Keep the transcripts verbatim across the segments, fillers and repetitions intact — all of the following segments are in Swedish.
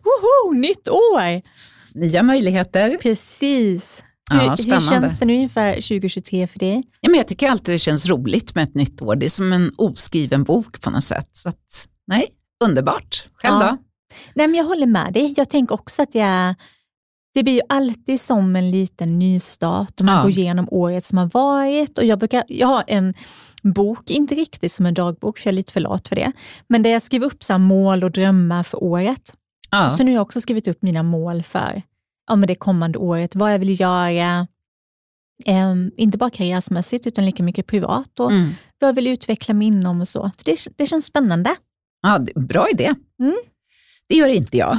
Woho, nytt år! Nya möjligheter. Precis. Ja, hur, spännande. hur känns det nu inför tjugo tjugotre för dig? Ja, men jag tycker alltid det känns roligt med ett nytt år. Det är som en oskriven bok på något sätt. Så att, nej, underbart. Själv Ja. då? Nej, men jag håller med dig. Jag tänker också att jag, det blir ju alltid som en liten nystart. Och man Ja. går igenom året som har varit. Och jag, brukar, jag har en bok, inte riktigt som en dagbok för jag är lite för lat för det. Men där jag skriver upp så här mål och drömmar för året. Ja. Så nu har jag också skrivit upp mina mål för ja, men det kommande året. Vad jag vill göra. Um, inte bara karriärsmässigt utan lika mycket privat. Och Mm. vad jag vill utveckla mig inom och så. så det, det känns spännande. Ja, det- bra idé. Mm. Det gör inte jag.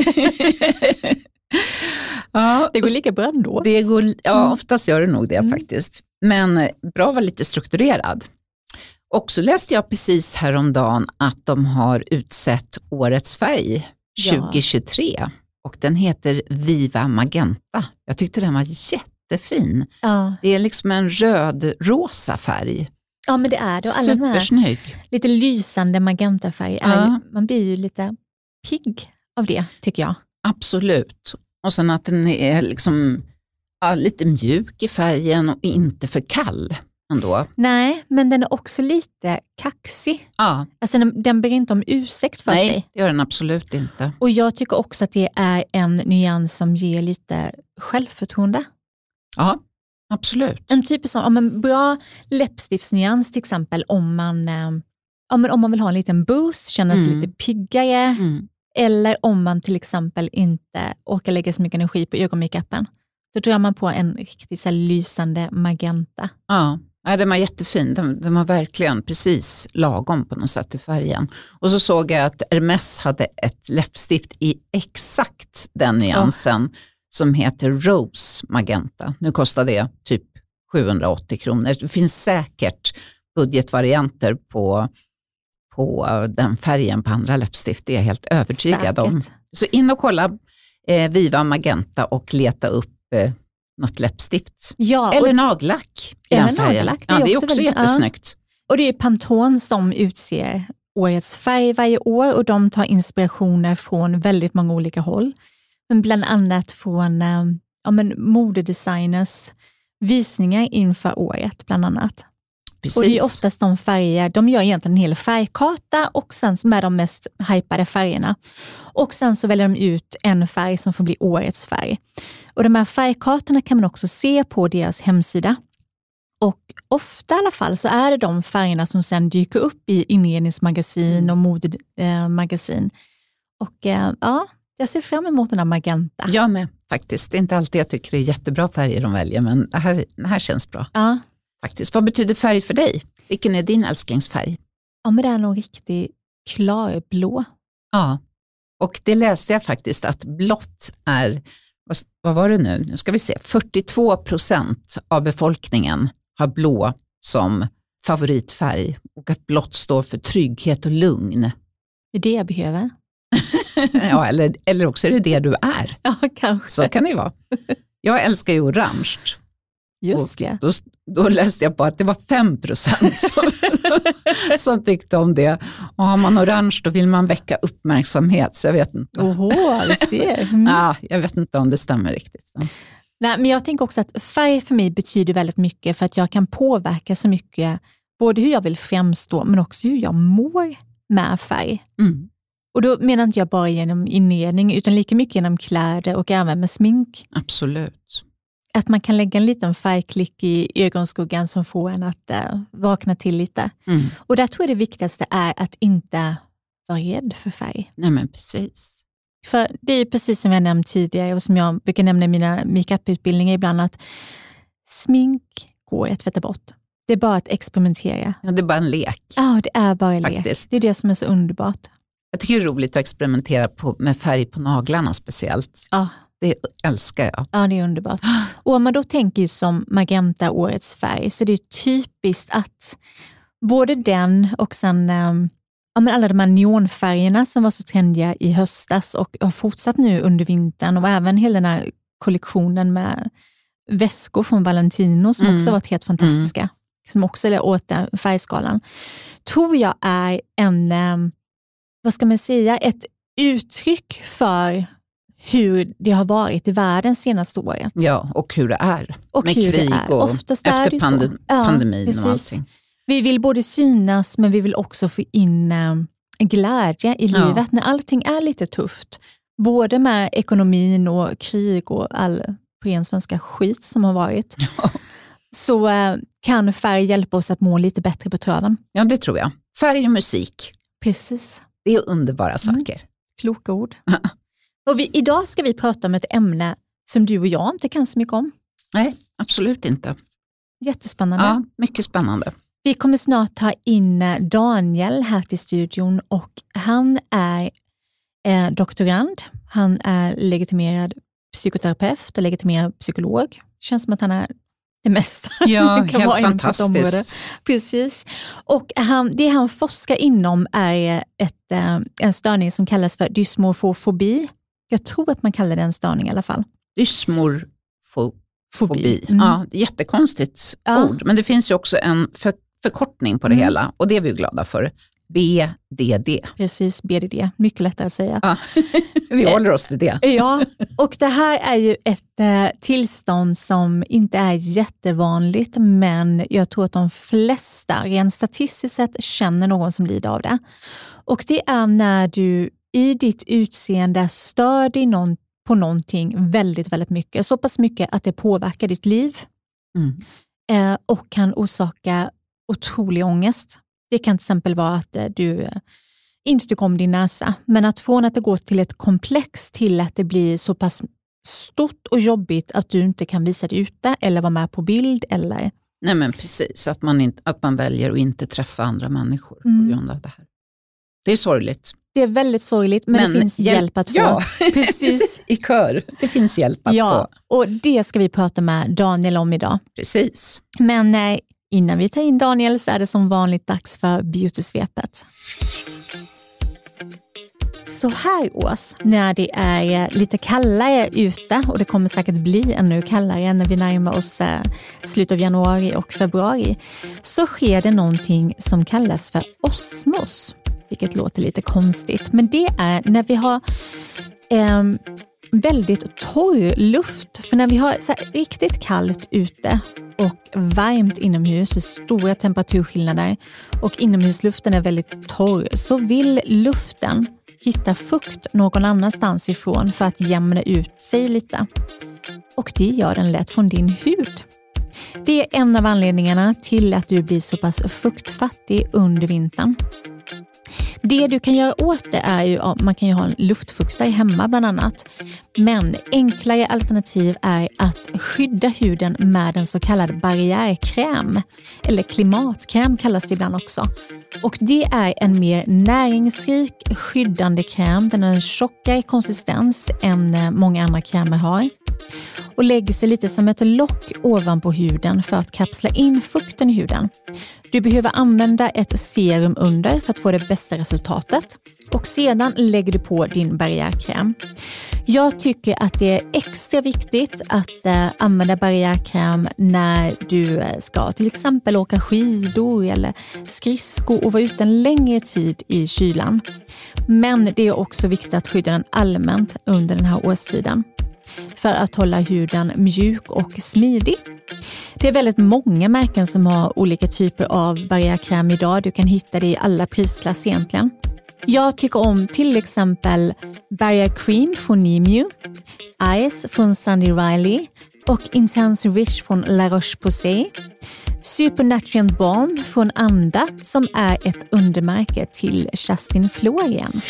Ja, Det går lika bra ändå. det går, ja, Mm. oftast gör det nog det Mm. faktiskt. Men eh, bra att vara lite strukturerad. Och så läste jag precis häromdagen att de har utsett årets färg Ja. tjugo tjugotre. Och den heter Viva Magenta. Jag tyckte den var jättefin. Ja. Det är liksom en röd-rosa färg. ja, men det är det. Och alla de här Supersnygg. lite lysande magentafärg. Är Ja. ju, man blir ju lite pigg av det, tycker jag. Absolut. Och sen att den är liksom ja, lite mjuk i färgen och inte för kall ändå. Nej, men den är också lite kaxig. Ja, Alltså den, den ber inte om ursäkt för nej, sig. det gör den absolut inte. Och jag tycker också att det är en nyans som ger lite självförtroende. Ja, absolut. En typ som om en bra läppstiftsnyans till exempel om man, eh, ja, men om man vill ha en liten boost, känna sig Mm. lite piggare. Mm. Eller om man till exempel inte orkar lägga så mycket energi på ögonmakeupen. Då drar man på en riktigt så här lysande magenta. Ja, ja, den var jättefin. Den, den var verkligen precis lagom på något sätt i färgen. Och så såg jag att Hermès hade ett läppstift i exakt den nyansen som heter Rose Magenta. Nu kostar det typ sjuhundraåttio kronor. Det finns säkert budgetvarianter på, på den färgen på andra läppstift. Det är jag helt övertygad om. Säkert. Så in och kolla eh, Viva Magenta och leta upp eh, något läppstift. Ja, Eller och, nagellack i Eller den färgen. nagellack, det Ja, är det är också också väldigt- jättesnyggt. och det är Pantone som utser årets färg varje år och de tar inspirationer från väldigt många olika håll. Men bland annat från eh, ja, men modedesigners visningar inför året bland annat. Precis. Och det är oftast de färger, de gör egentligen en hel färgkarta och sen som är de mest hypade färgerna. Och sen så väljer de ut en färg som får bli årets färg. Och de här färgkartorna kan man också se på deras hemsida. Och ofta i alla fall så är det de färgerna som sen dyker upp i inredningsmagasin och modemagasin. Och eh, ja, jag ser fram emot den här magenta. Jag med faktiskt. Det är inte alltid jag tycker det är jättebra färger de väljer, men det här, det här känns bra. Ja. Faktiskt. Vad betyder färg för dig? Vilken är din älsklingsfärg? ja, men det är nog riktigt klarblå. Ja, och det läste jag faktiskt att blått är, vad, vad var det nu? Nu ska vi se, fyrtiotvå procent av befolkningen har blå som favoritfärg och att blått står för trygghet och lugn. Det är det jag behöver. Ja, eller, eller också är det det du är. Ja, kanske. Så kan det vara. Jag älskar ju orange. Just Och det. Då, då läste jag på att det var fem procent som, som tyckte om det. Och har man orange då vill man väcka uppmärksamhet, så jag vet inte. Oho, du ser. Mm. Ja, jag vet inte om det stämmer riktigt. Men. Nej, men jag tänker också att färg för mig betyder väldigt mycket för att jag kan påverka så mycket, både hur jag vill framstå men också hur jag mår med färg. Mm. Och då menar inte jag bara genom inredning utan lika mycket genom kläder och även med smink. Absolut. Att man kan lägga en liten färgklick i ögonskuggan som får en att äh, vakna till lite. Mm. Och där tror jag det viktigaste är att inte vara rädd för färg. Nej, men precis. För det är precis som jag nämnt tidigare och som jag brukar nämna i mina make-up-utbildningar ibland att smink går att tvätta bort. Det är bara att experimentera. Ja, det är bara en lek. Ja, det är bara en lek. Faktiskt. Det är det som är så underbart. Jag tycker det är roligt att experimentera på, med färg på naglarna speciellt. Ja, Det älskar jag. ja, det är underbart. Och om man då tänker ju som magenta årets färg så det är typiskt att både den och sen um, ja, men alla de här neonfärgerna som var så trendiga i höstas och har fortsatt nu under vintern och även hela den här kollektionen med väskor från Valentino som Mm. också har varit helt fantastiska. Mm. Som också är åt den färgskalan. Tror jag är en, um, vad ska man säga, ett uttryck för hur det har varit i världen senaste året. Ja, och hur det är. Och med hur krig det är. och Oftast efter är pandem- ja, pandemin precis. och allting. Vi vill både synas, men vi vill också få in äh, glädje i Ja. livet när allting är lite tufft. Både med ekonomin och krig och all på en svenska skit som har varit. Ja. Så äh, kan färg hjälpa oss att må lite bättre på traven. Ja, det tror jag. Färg och musik. Precis. Det är underbara saker. Mm. Kloka ord. Och vi, idag ska vi prata om ett ämne som du och jag inte kan så mycket om. Nej, absolut inte. Jättespännande. Ja, mycket spännande. Vi kommer snart ta in Daniel här till studion och han är eh, doktorand. Han är legitimerad psykoterapeut och legitimerad psykolog. Känns som att han är det mesta. Ja, kan helt vara inom sitt område. fantastiskt. Precis. Och han, det han forskar inom är ett, eh, en störning som kallas för dysmorfofobi. Jag tror att man kallar det en störning i alla fall. Dysmorfobi. Fobi. Mm. Ja, jättekonstigt Ja. ord. Men det finns ju också en för, förkortning på det Mm. hela. Och det är vi ju glada för. B D D. Precis, B D D. Mycket lättare att säga. Ja. Vi håller oss till det. Ja, och det här är ju ett eh, tillstånd som inte är jättevanligt, men jag tror att de flesta, rent statistiskt sett, känner någon som lider av det. Och det är när du i ditt utseende stör dig någon, på någonting väldigt, väldigt mycket. Så pass mycket att det påverkar ditt liv Mm. eh, och kan orsaka otrolig ångest. Det kan till exempel vara att eh, du eh, inte tycker om din näsa, men att från att det går till ett komplex till att det blir så pass stort och jobbigt att du inte kan visa dig ute eller vara med på bild eller... Nej, men precis, att man, inte, att man väljer att inte träffa andra människor Mm. på grund av det här. Det är sorgligt. Det är väldigt sorgligt, men, Men det finns hjälp- hjälp att få. Ja, Precis. I kör. Det finns hjälp att Ja, få. och det ska vi prata med Daniel om idag. Precis. Men eh, innan vi tar in Daniel så är det som vanligt dags för beautysvepet. Så här års, när det är lite kallare ute, och det kommer säkert bli ännu kallare när vi närmar oss eh, slutet av januari och februari, så sker det någonting som kallas för osmos, vilket låter lite konstigt. Men det är när vi har eh, väldigt torr luft, för när vi har så här riktigt kallt ute och varmt inomhus, så stora temperaturskillnader och inomhusluften är väldigt torr, så vill luften hitta fukt någon annanstans ifrån för att jämna ut sig lite. Och det gör den lätt från din hud. Det är en av anledningarna till att du blir så pass fuktfattig under vintern. Det du kan göra åt det är ju, ja, man kan ju ha en luftfuktare hemma bland annat. Men enklare alternativ är att skydda huden med en så kallad barriärkräm. Eller klimatkräm kallas det ibland också. Och det är en mer näringsrik skyddande kräm. Den har en tjockare konsistens än många andra krämer har. Och lägger sig lite som ett lock ovanpå huden för att kapsla in fukten i huden. Du behöver använda ett serum under för att få det bästa resultatet. Och sedan lägger du på din barriärkräm. Jag tycker att det är extra viktigt att eh, använda barriärkräm när du ska till exempel åka skidor eller skridskor och vara ute en längre tid i kylan. Men det är också viktigt att skydda den allmänt under den här årstiden, för att hålla huden mjuk och smidig. Det är väldigt många märken som har olika typer av barriärkräm idag. Du kan hitta det i alla prisklasser egentligen. Jag tycker om till exempel Barrier Cream från Nemu, Ice från Sunny Riley och Intense Rich från La Roche-Posay. Supernutrient Balm från Anda, som är ett undermärke till Justin Florian.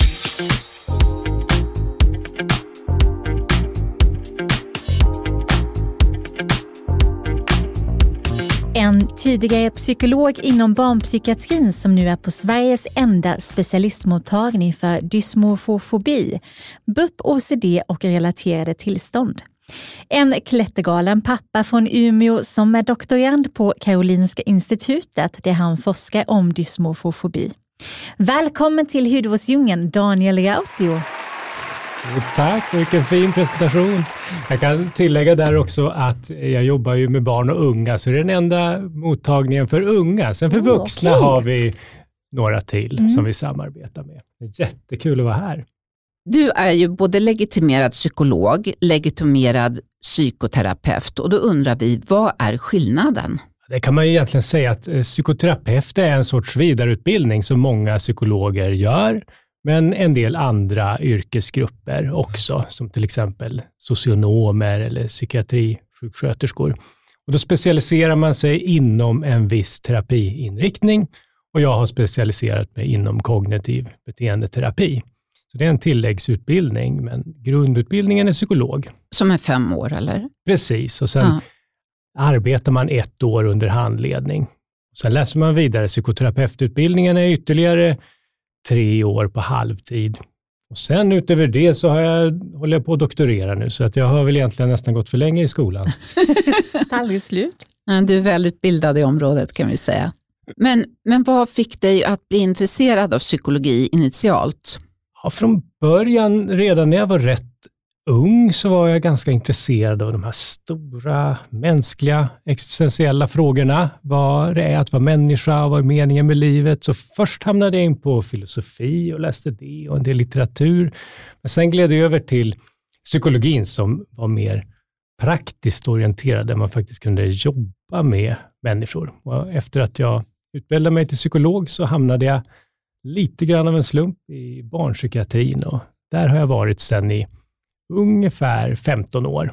En tidigare psykolog inom barnpsykiatrin som nu är på Sveriges enda specialistmottagning för dysmorfofobi, B U P, O C D och relaterade tillstånd. En klättergalen pappa från Umeå som är doktorand på Karolinska institutet där han forskar om dysmorfofobi. Välkommen till hudvårdsdjungeln, Daniel Rautio. Tack, vilken fin presentation. Jag kan tillägga där också att jag jobbar ju med barn och unga, så det är den enda mottagningen för unga. Sen för oh, vuxna okay. har vi några till mm. som vi samarbetar med. Det är jättekul att vara här. Du är ju både legitimerad psykolog, legitimerad psykoterapeut och då undrar vi, vad är skillnaden? Det kan man ju egentligen säga att psykoterapeut är en sorts vidareutbildning som många psykologer gör, men en del andra yrkesgrupper också, som till exempel socionomer eller psykiatrisjuksköterskor. Och då specialiserar man sig inom en viss terapiinriktning och jag har specialiserat mig inom kognitiv beteendeterapi. Så det är en tilläggsutbildning, men grundutbildningen är psykolog. Som är fem år, eller? Precis, och sen ja. arbetar man ett år under handledning. Sen läser man vidare. Psykoterapeututbildningen är ytterligare tre år på halvtid. Och sen utöver det så har jag, håller jag på att doktorera nu, så att jag har väl egentligen nästan gått för länge i skolan. Aldrig slut. Du är välutbildad i området, kan vi säga. Men, men vad fick dig att bli intresserad av psykologi initialt? Ja, från början, redan när jag var rätt ung, så var jag ganska intresserad av de här stora mänskliga existentiella frågorna. Vad det är att vara människa och vad är meningen med livet. Så först hamnade jag in på filosofi och läste det och en del litteratur. Men sen gled jag över till psykologin som var mer praktiskt orienterad, där man faktiskt kunde jobba med människor. Och efter att jag utbildade mig till psykolog så hamnade jag lite grann av en slump i barnpsykiatrin, och där har jag varit sedan i ungefär femton år.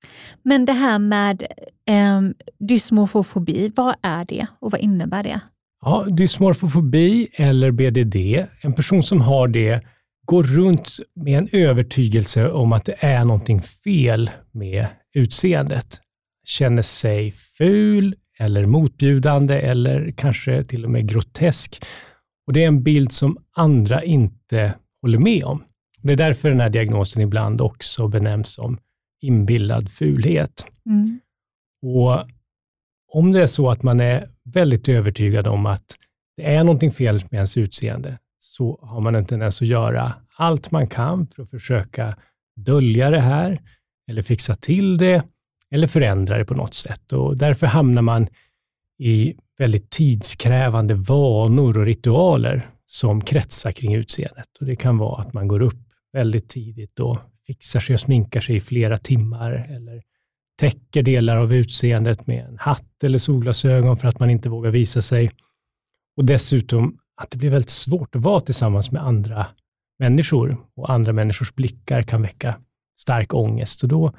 Men det här med eh, dysmorfofobi, vad är det och vad innebär det? Ja, dysmorfofobi eller B D D, en person som har det går runt med en övertygelse om att det är någonting fel med utseendet. Känner sig ful eller motbjudande eller kanske till och med grotesk. Och det är en bild som andra inte håller med om. Det är därför den här diagnosen ibland också benämns som inbillad fulhet. Mm. Och om det är så att man är väldigt övertygad om att det är någonting fel med ens utseende, så har man en tendens att göra allt man kan för att försöka dölja det här eller fixa till det eller förändra det på något sätt. Och därför hamnar man i väldigt tidskrävande vanor och ritualer som kretsar kring utseendet. Och det kan vara att man går upp väldigt tidigt och fixar sig och sminkar sig i flera timmar eller täcker delar av utseendet med en hatt eller solglasögon för att man inte vågar visa sig. Och dessutom att det blir väldigt svårt att vara tillsammans med andra människor, och andra människors blickar kan väcka stark ångest, och då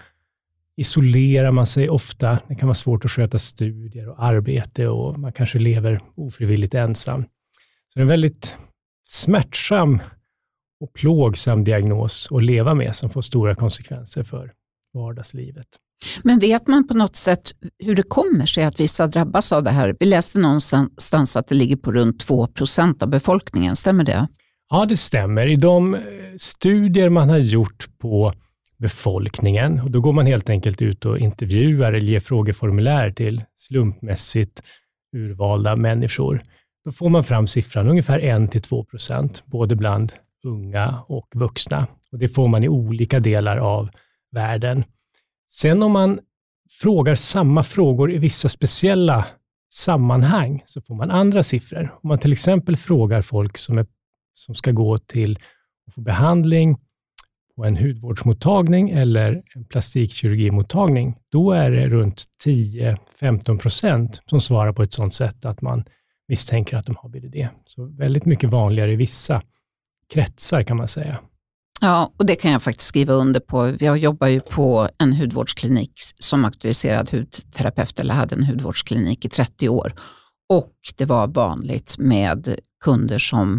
isolerar man sig ofta. Det kan vara svårt att sköta studier och arbete, och man kanske lever ofrivilligt ensam. Så det är en väldigt smärtsam och plågsam diagnos att leva med, som får stora konsekvenser för vardagslivet. Men vet man på något sätt hur det kommer sig att vissa drabbas av det här? Vi läste någonstans att det ligger på runt två procent av befolkningen, stämmer det? Ja, det stämmer. I de studier man har gjort på befolkningen, och då går man helt enkelt ut och intervjuar eller ger frågeformulär till slumpmässigt urvalda människor. Då får man fram siffran ungefär en till två procent, både bland unga och vuxna. Och det får man i olika delar av världen. Sen om man frågar samma frågor i vissa speciella sammanhang så får man andra siffror. Om man till exempel frågar folk som, är, som ska gå till och få behandling på en hudvårdsmottagning eller en plastikkirurgimottagning, då är det runt tio till femton procent som svarar på ett sådant sätt att man misstänker att de har B D D. Så väldigt mycket vanligare i vissa kretsar, kan man säga. Ja, och det kan jag faktiskt skriva under på. Jag jobbar ju på en hudvårdsklinik som auktoriserad hudterapeut, eller hade en hudvårdsklinik i trettio år. Och det var vanligt med kunder som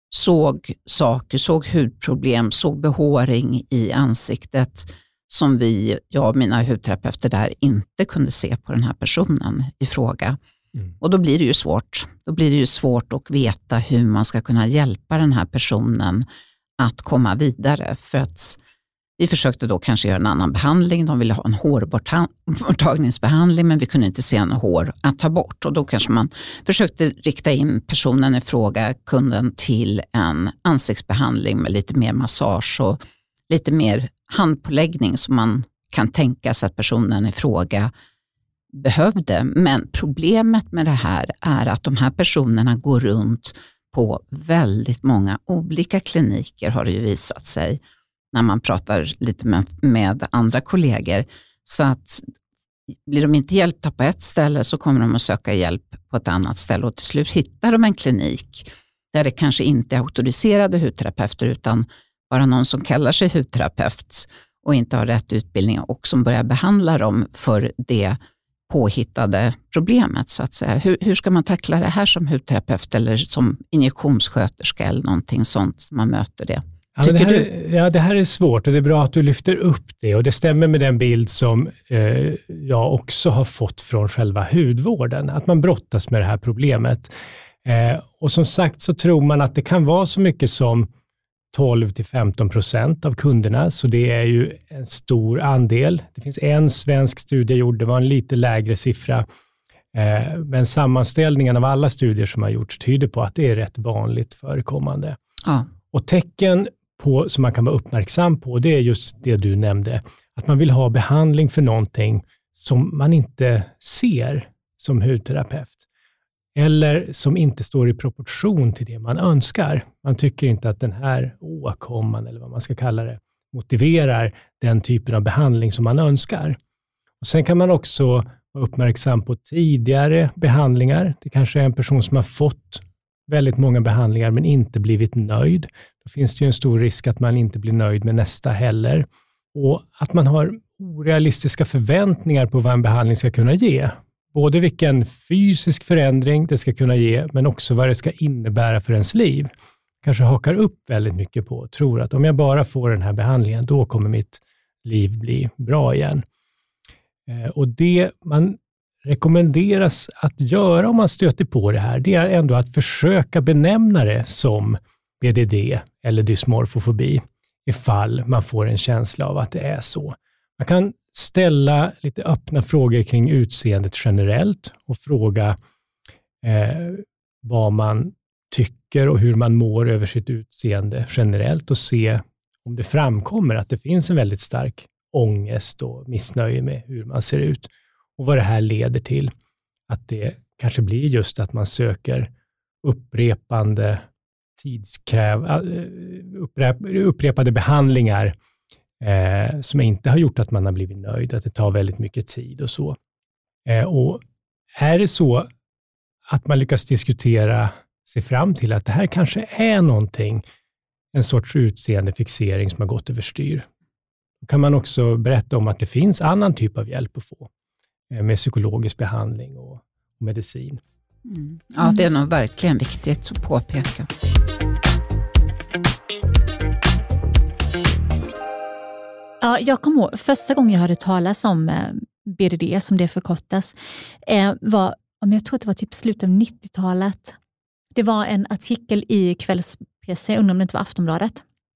såg saker, såg hudproblem, såg behåring i ansiktet som vi, jag och mina hudterapeuter där, inte kunde se på den här personen i fråga. Mm. Och då blir det ju svårt. Då blir det ju svårt att veta hur man ska kunna hjälpa den här personen att komma vidare, för att vi försökte då kanske göra en annan behandling. De ville ha en hårborttagningsbehandling, men vi kunde inte se en hår att ta bort, och då kanske man försökte rikta in personen i fråga, kunden, till en ansiktsbehandling med lite mer massage och lite mer handpåläggning som man kan tänka sig att personen i fråga behövde. Men problemet med det här är att de här personerna går runt på väldigt många olika kliniker, har det ju visat sig. när man pratar lite med, med andra kollegor. Så att blir de inte hjälpta på ett ställe så kommer de att söka hjälp på ett annat ställe och till slut hittar de en klinik där det kanske inte är auktoriserade hudterapeuter utan bara någon som kallar sig hudterapeut och inte har rätt utbildning och som börjar behandla dem för det påhittade problemet så att säga. Hur, hur ska man tackla det här som hudterapeut eller som injektionssköterska eller någonting sånt när man möter det? Ja, det, här, ja, det här är svårt och det är bra att du lyfter upp det och det stämmer med den bild som eh, jag också har fått från själva hudvården, att man brottas med det här problemet. Eh, och som sagt så tror man att det kan vara så mycket som tolv till femton procent av kunderna, så det är ju en stor andel. Det finns en svensk studie gjord, det var en lite lägre siffra, eh, men sammanställningen av alla studier som har gjorts tyder på att det är rätt vanligt förekommande. Ja. Och tecken på, som man kan vara uppmärksam på, det är just det du nämnde, att man vill ha behandling för någonting som man inte ser som hudterapeut eller som inte står i proportion till det man önskar. Man tycker inte att den här åkomman eller vad man ska kalla det motiverar den typen av behandling som man önskar. Och sen kan man också vara uppmärksam på tidigare behandlingar. Det kanske är en person som har fått väldigt många behandlingar men inte blivit nöjd. Då finns det ju en stor risk att man inte blir nöjd med nästa heller. Och att man har orealistiska förväntningar på vad en behandling ska kunna ge. Både vilken fysisk förändring det ska kunna ge men också vad det ska innebära för ens liv. Kanske hakar upp väldigt mycket på och tror att om jag bara får den här behandlingen då kommer mitt liv bli bra igen. Eh, och det man rekommenderas att göra om man stöter på det här, det är ändå att försöka benämna det som B D D eller dysmorfofobi ifall man får en känsla av att det är så. Man kan ställa lite öppna frågor kring utseendet generellt och fråga eh, vad man tycker och hur man mår över sitt utseende generellt och se om det framkommer att det finns en väldigt stark ångest och missnöje med hur man ser ut. Och vad det här leder till, att det kanske blir just att man söker upprepande tidskräv, upprepade behandlingar eh, som inte har gjort att man har blivit nöjd, att det tar väldigt mycket tid och så. Eh, och är det så att man lyckas diskutera sig fram till att det här kanske är någonting, en sorts utseendefixering som har gått överstyr, då kan man också berätta om att det finns annan typ av hjälp att få med psykologisk behandling och medicin. Mm. Ja, det är nog verkligen viktigt att påpeka. Ja, jag kommer ihåg, första gången jag hörde talas om B D D, som det förkortas, var, om jag tror att det var typ slutet av nittiotalet. Det var en artikel i kvälls-P C, undrar om det inte var Aftonbladet,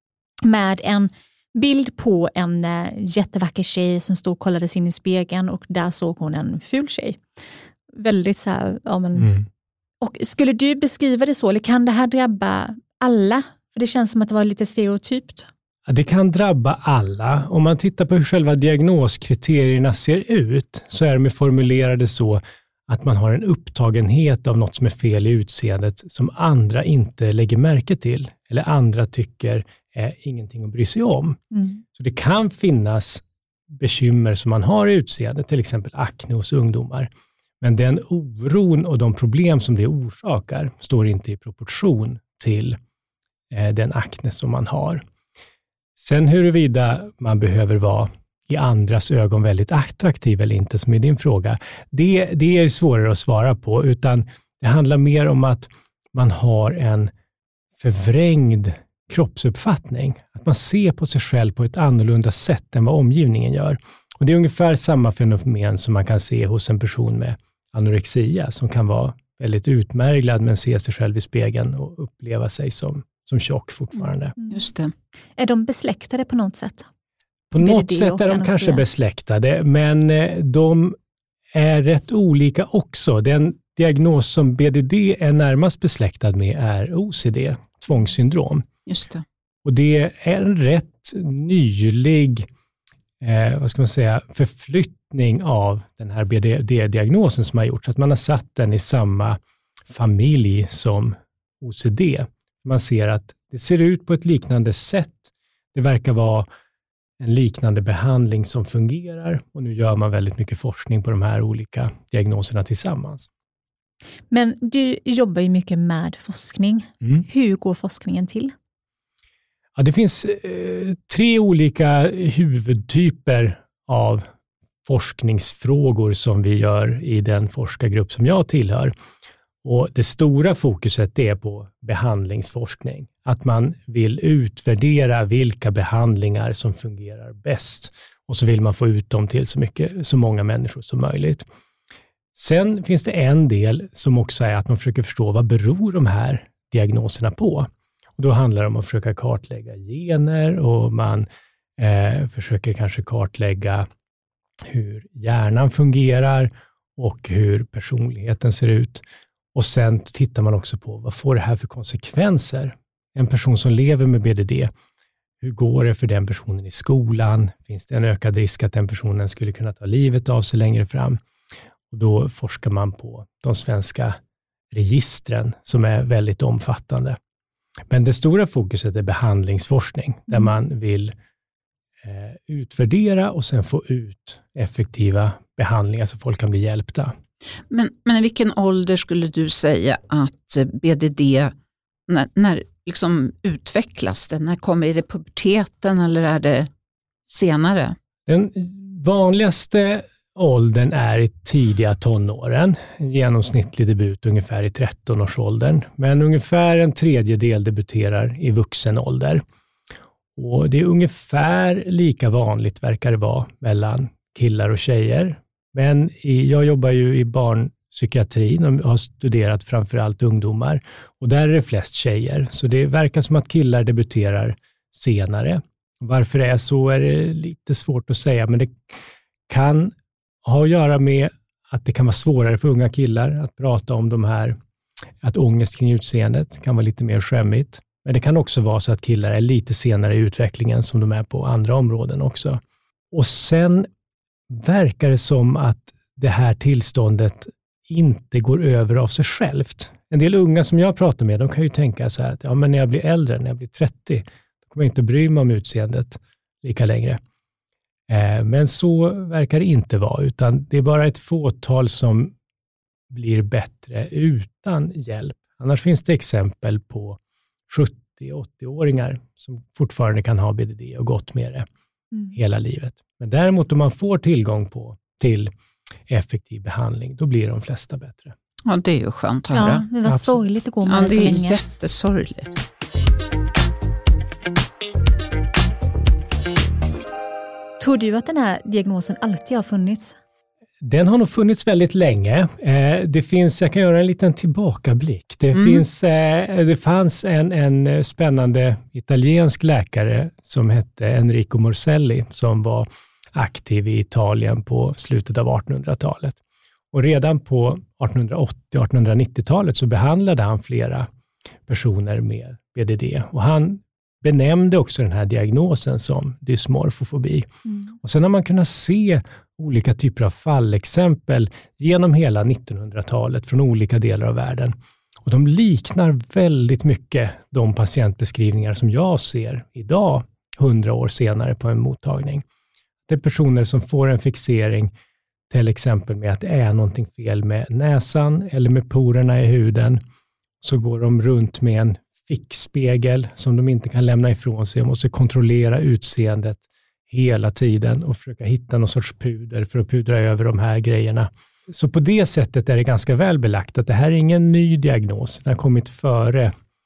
med en bild på en jättevacker tjej som stod och kollades in i spegeln och där såg hon en ful tjej. Väldigt så här, ja men. Mm. Och skulle du beskriva det så, eller kan det här drabba alla? För det känns som att det var lite stereotypt. Ja, det kan drabba alla. Om man tittar på hur själva diagnoskriterierna ser ut så är de formulerade så att man har en upptagenhet av något som är fel i utseendet som andra inte lägger märke till eller andra tycker är ingenting att bry sig om. Mm. Så det kan finnas bekymmer som man har i utseendet, till exempel akne hos ungdomar. Men den oron och de problem som det orsakar står inte i proportion till eh, den akne som man har. Sen huruvida man behöver vara i andras ögon väldigt attraktiv eller inte, som är din fråga, det, det är svårare att svara på, utan det handlar mer om att man har en förvrängd kroppsuppfattning. Att man ser på sig själv på ett annorlunda sätt än vad omgivningen gör. Och det är ungefär samma fenomen som man kan se hos en person med anorexia som kan vara väldigt utmärglad men se sig själv i spegeln och uppleva sig som, som tjock fortfarande. Mm. Just det. Är de besläktade på något sätt? På något sätt är de kanske besläktade, men de är rätt olika också. Den diagnos som B D D är närmast besläktad med är O C D, tvångssyndrom. Just det. Och det är en rätt nylig eh, vad ska man säga, förflyttning av den här B D D-diagnosen som har gjorts. Att man har satt den i samma familj som O C D. Man ser att det ser ut på ett liknande sätt. det verkar vara en liknande behandling som fungerar och nu gör man väldigt mycket forskning på de här olika diagnoserna tillsammans. Men du jobbar ju mycket med forskning. Mm. Hur går forskningen till? Ja, det finns eh, tre olika huvudtyper av forskningsfrågor som vi gör i den forskargrupp som jag tillhör. Och det stora fokuset är på behandlingsforskning. Att man vill utvärdera vilka behandlingar som fungerar bäst. Och så vill man få ut dem till så, mycket, så många människor som möjligt. Sen finns det en del som också är att man försöker förstå vad beror de här diagnoserna på. Och då handlar det om att försöka kartlägga gener och man eh, försöker kanske kartlägga hur hjärnan fungerar och hur personligheten ser ut. Och sen tittar man också på vad får det här för konsekvenser? En person som lever med B D D, hur går det för den personen i skolan? Finns det en ökad risk att den personen skulle kunna ta livet av sig längre fram? Och då forskar man på de svenska registren som är väldigt omfattande. Men det stora fokuset är behandlingsforskning där man vill eh, utvärdera och sen få ut effektiva behandlingar så folk kan bli hjälpta. Men, men i vilken ålder skulle du säga att B D D, när, när liksom utvecklas det? När kommer är det puberteten eller är det senare? Den vanligaste åldern är i tidiga tonåren. En genomsnittlig debut ungefär i tretton-årsåldern. Men ungefär en tredjedel debuterar i vuxen ålder. Och det är ungefär lika vanligt verkar det vara mellan killar och tjejer. Men i, jag jobbar ju i barnpsykiatrin och har studerat framförallt ungdomar. Och där är det flest tjejer. Så det verkar som att killar debuterar senare. Varför det är så är det lite svårt att säga. Men det kan ha att göra med att det kan vara svårare för unga killar att prata om de här, att ångest kring utseendet kan vara lite mer skämmigt. Men det kan också vara så att killar är lite senare i utvecklingen som de är på andra områden också. Och sen verkar det som att det här tillståndet inte går över av sig självt. En del unga som jag pratar med, de kan ju tänka så här att ja, men när jag blir äldre, när jag blir trettio, då kommer jag inte bry mig om utseendet lika längre. Men så verkar det inte vara, utan det är bara ett fåtal som blir bättre utan hjälp. Annars finns det exempel på sjuttio-åttio-åringar som fortfarande kan ha B D D och gått med det mm. hela livet. Men däremot om man får tillgång på till effektiv behandling, då blir de flesta bättre. Ja, det är ju skönt att höra. Ja, det var Absolut. sorgligt att gå med ja, det så länge. Det är jättesorgligt. Tror du att den här diagnosen alltid har funnits? Den har nog funnits väldigt länge. Det finns, jag kan göra en liten tillbakablick. Det, mm. finns, det fanns en, en spännande italiensk läkare som hette Enrico Morselli som var aktiv i Italien på slutet av artonhundratalet. Och redan på artonhundraåttio- artonhundranittiotalet så behandlade han flera personer med B D D. Och han benämnde också den här diagnosen som dysmorfofobi. Mm. Och sen har man kunnat se olika typer av fallexempel genom hela nittonhundratalet från olika delar av världen. Och de liknar väldigt mycket de patientbeskrivningar som jag ser idag, hundra år senare på en mottagning. Det är personer som får en fixering till exempel med att det är någonting fel med näsan eller med porerna i huden. Så går de runt med en fickspegel som de inte kan lämna ifrån sig. De måste kontrollera utseendet hela tiden och försöka hitta någon sorts puder för att pudra över de här grejerna. Så på det sättet är det ganska väl belagt att det här är ingen ny diagnos. Den har kommit före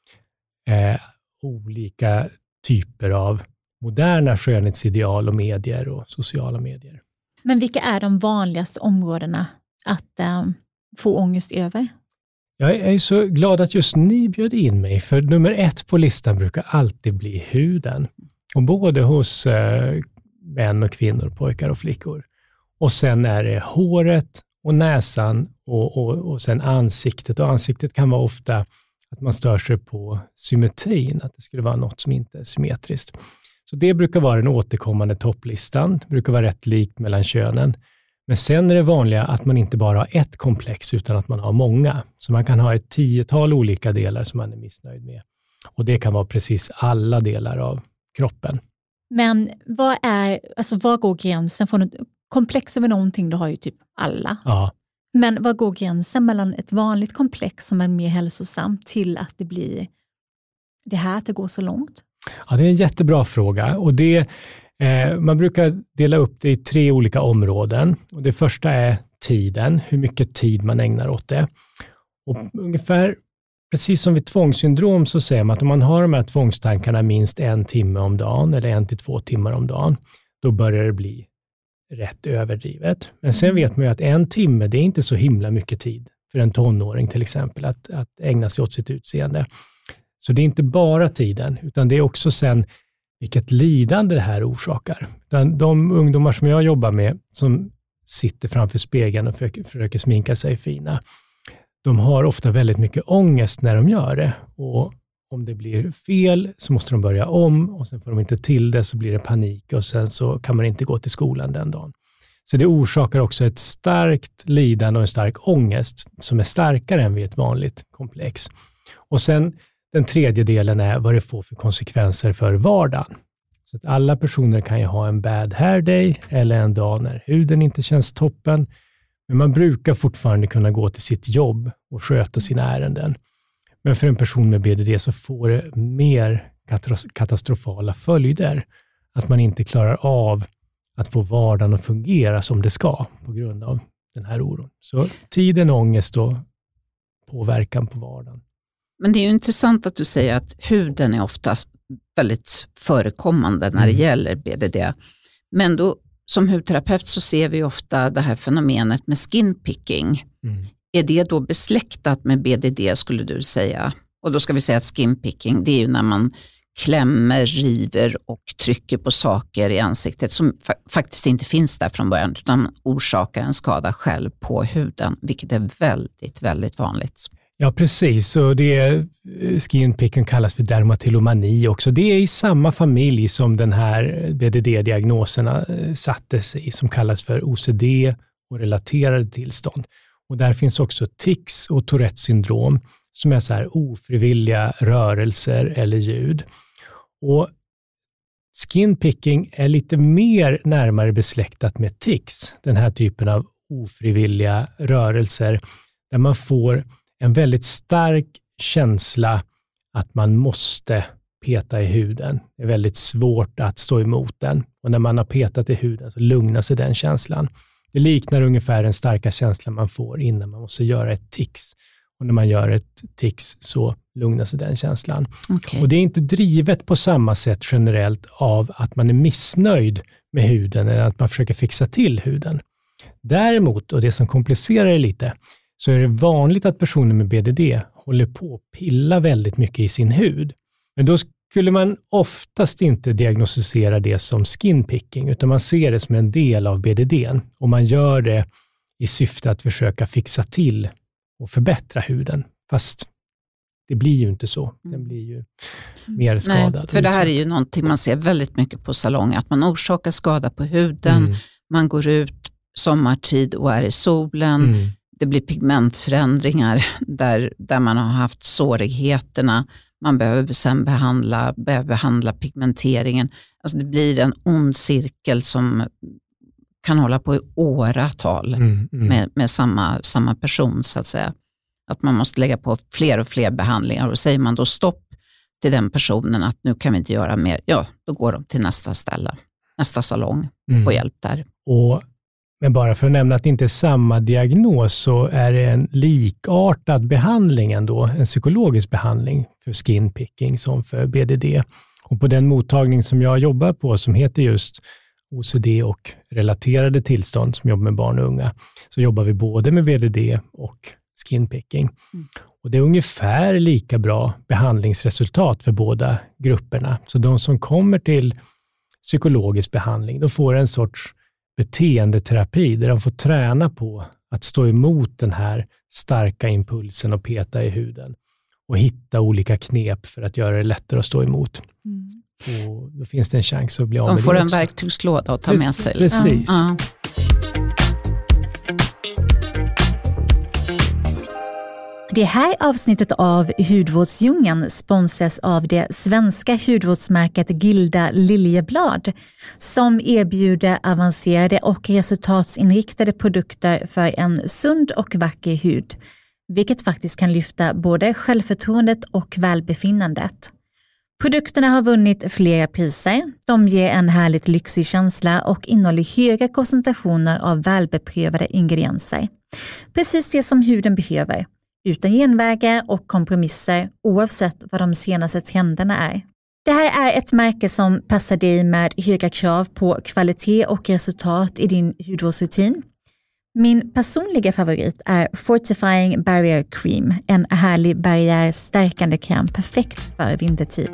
eh, olika typer av moderna skönhetsideal och medier och sociala medier. Men vilka är de vanligaste områdena att eh, få ångest över? Jag är så glad att just ni bjöd in mig, för nummer ett på listan brukar alltid bli huden. Och både hos eh, män och kvinnor, pojkar och flickor. Och sen är det håret och näsan och, och, och sen ansiktet. Och ansiktet kan vara ofta att man stör sig på symmetrin, att det skulle vara något som inte är symmetriskt. Så det brukar vara den återkommande topplistan. Det brukar vara rätt likt mellan könen. Men sen är det vanliga att man inte bara har ett komplex utan att man har många. Så man kan ha ett tiotal olika delar som man är missnöjd med. Och det kan vara precis alla delar av kroppen. Men vad är, alltså vad går gränsen från ett komplex över någonting, då har ju typ alla. Ja. Men vad går gränsen mellan ett vanligt komplex som är mer hälsosamt till att det blir det här att det går så långt? Ja, det är en jättebra fråga. Och det, eh, man brukar dela upp det i tre olika områden. Och det första är tiden, hur mycket tid man ägnar åt det. Och ungefär, precis som vid tvångssyndrom så säger man att om man har de här tvångstankarna minst en timme om dagen eller en till två timmar om dagen, då börjar det bli rätt överdrivet. Men sen vet man ju att en timme, det är inte så himla mycket tid för en tonåring till exempel att, att ägna sig åt sitt utseende. Så det är inte bara tiden, utan det är också sen vilket lidande det här orsakar. De, de ungdomar som jag jobbar med som sitter framför spegeln och försöker, försöker sminka sig fina, de har ofta väldigt mycket ångest när de gör det. Och om det blir fel så måste de börja om och sen får de inte till det, så blir det panik och sen så kan man inte gå till skolan den dagen. Så det orsakar också ett starkt lidande och en stark ångest som är starkare än vid ett vanligt komplex. Och sen den tredje delen är vad det får för konsekvenser för vardagen. Så att alla personer kan ju ha en bad hair day eller en dag när huden inte känns toppen. Men man brukar fortfarande kunna gå till sitt jobb och sköta sina ärenden. Men för en person med B D D så får det mer katastrofala följder. Att man inte klarar av att få vardagen att fungera som det ska på grund av den här oron. Så tiden, ångest och påverkan på vardagen. Men det är ju intressant att du säger att huden är oftast väldigt förekommande när det mm. gäller B D D. Men då som hudterapeut så ser vi ofta det här fenomenet med skin picking. Mm. Är det då besläktat med B D D skulle du säga? Och då ska vi säga att skin picking, det är ju när man klämmer, river och trycker på saker i ansiktet som fa- faktiskt inte finns där från början utan orsakar en skada själv på huden, vilket är väldigt, väldigt vanligt. Ja, precis. Och det skin picking kallas för dermatillomani också. Det är i samma familj som den här B D D-diagnoserna sattes i, som kallas för O C D och relaterade tillstånd. Och där finns också tics och Tourettes syndrom som är så här ofrivilliga rörelser eller ljud. Och skin picking är lite mer närmare besläktat med tics, den här typen av ofrivilliga rörelser där man får en väldigt stark känsla att man måste peta i huden. Det är väldigt svårt att stå emot den. Och när man har petat i huden så lugnar sig den känslan. Det liknar ungefär den starka känslan man får innan man måste göra ett tics. Och när man gör ett tics så lugnar sig den känslan. Okay. Och det är inte drivet på samma sätt generellt av att man är missnöjd med huden eller att man försöker fixa till huden. Däremot, och det som komplicerar det lite, så är det vanligt att personer med B D D håller på att pilla väldigt mycket i sin hud. Men då skulle man oftast inte diagnostisera det som skin picking, utan man ser det som en del av B D D. Och man gör det i syfte att försöka fixa till och förbättra huden. Fast det blir ju inte så. Den blir ju mer skadad. Nej, för det här är ju någonting man ser väldigt mycket på salong. Att man orsakar skada på huden. Mm. Man går ut sommartid och är i solen. Mm. Det blir pigmentförändringar där, där man har haft sårigheterna. Man behöver sen behandla, behöver behandla pigmenteringen. Alltså det blir en ond cirkel som kan hålla på i åratal mm, mm. Med, med samma, samma person så att säga. Att man måste lägga på fler och fler behandlingar. Och säger man då stopp till den personen att nu kan vi inte göra mer. Ja, då går de till nästa ställe. Nästa salong. Mm. Får hjälp där. Och Men bara för att nämna att det inte är samma diagnos så är det en likartad behandling ändå, en psykologisk behandling för skin picking som för B D D. Och på den mottagning som jag jobbar på som heter just O C D och relaterade tillstånd som jobbar med barn och unga, så jobbar vi både med B D D och skin picking. Mm. Och det är ungefär lika bra behandlingsresultat för båda grupperna. Så de som kommer till psykologisk behandling, då får en sorts beteendeterapi där de får träna på att stå emot den här starka impulsen och peta i huden och hitta olika knep för att göra det lättare att stå emot. Mm. Och då finns det en chans att bli av med det. De får en verktygslåda att ta med sig. Precis. Ja. Det här avsnittet av Hudvårdsdjungeln sponsras av det svenska hudvårdsmärket Gilda Liljeblad som erbjuder avancerade och resultatsinriktade produkter för en sund och vacker hud, vilket faktiskt kan lyfta både självförtroendet och välbefinnandet. Produkterna har vunnit flera priser, de ger en härligt lyxig känsla och innehåller höga koncentrationer av välbeprövade ingredienser. Precis det som huden behöver, utan genvägar och kompromisser oavsett vad de senaste trenderna är. Det här är ett märke som passar dig med höga krav på kvalitet och resultat i din hudvårdsrutin. Min personliga favorit är Fortifying Barrier Cream, en härlig barriärstärkande kräm perfekt för vintertid.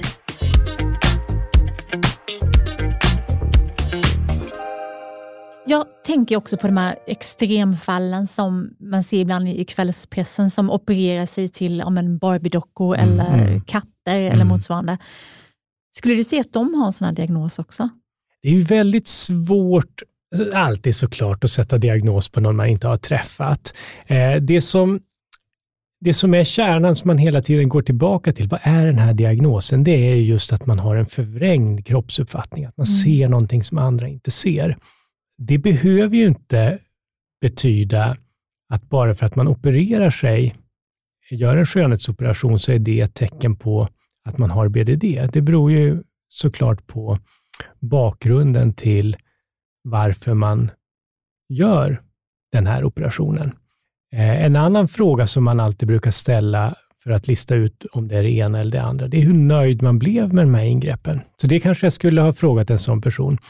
Jag tänker också på de här extremfallen som man ser ibland i kvällspressen som opererar sig till om en Barbie-dockor mm. eller katter mm. eller motsvarande. Skulle du se att de har en sån här diagnos också? Det är ju väldigt svårt, alltid såklart, att sätta diagnos på någon man inte har träffat. Det som, det som är kärnan som man hela tiden går tillbaka till, vad är den här diagnosen? Det är just att man har en förvrängd kroppsuppfattning, att man mm. ser någonting som andra inte ser. Det behöver ju inte betyda att bara för att man opererar sig, gör en skönhetsoperation, så är det ett tecken på att man har B D D. Det beror ju såklart på bakgrunden till varför man gör den här operationen. Eh, en annan fråga som man alltid brukar ställa för att lista ut om det är det ena eller det andra, det är hur nöjd man blev med de här ingreppen. Så det kanske jag skulle ha frågat en sån person.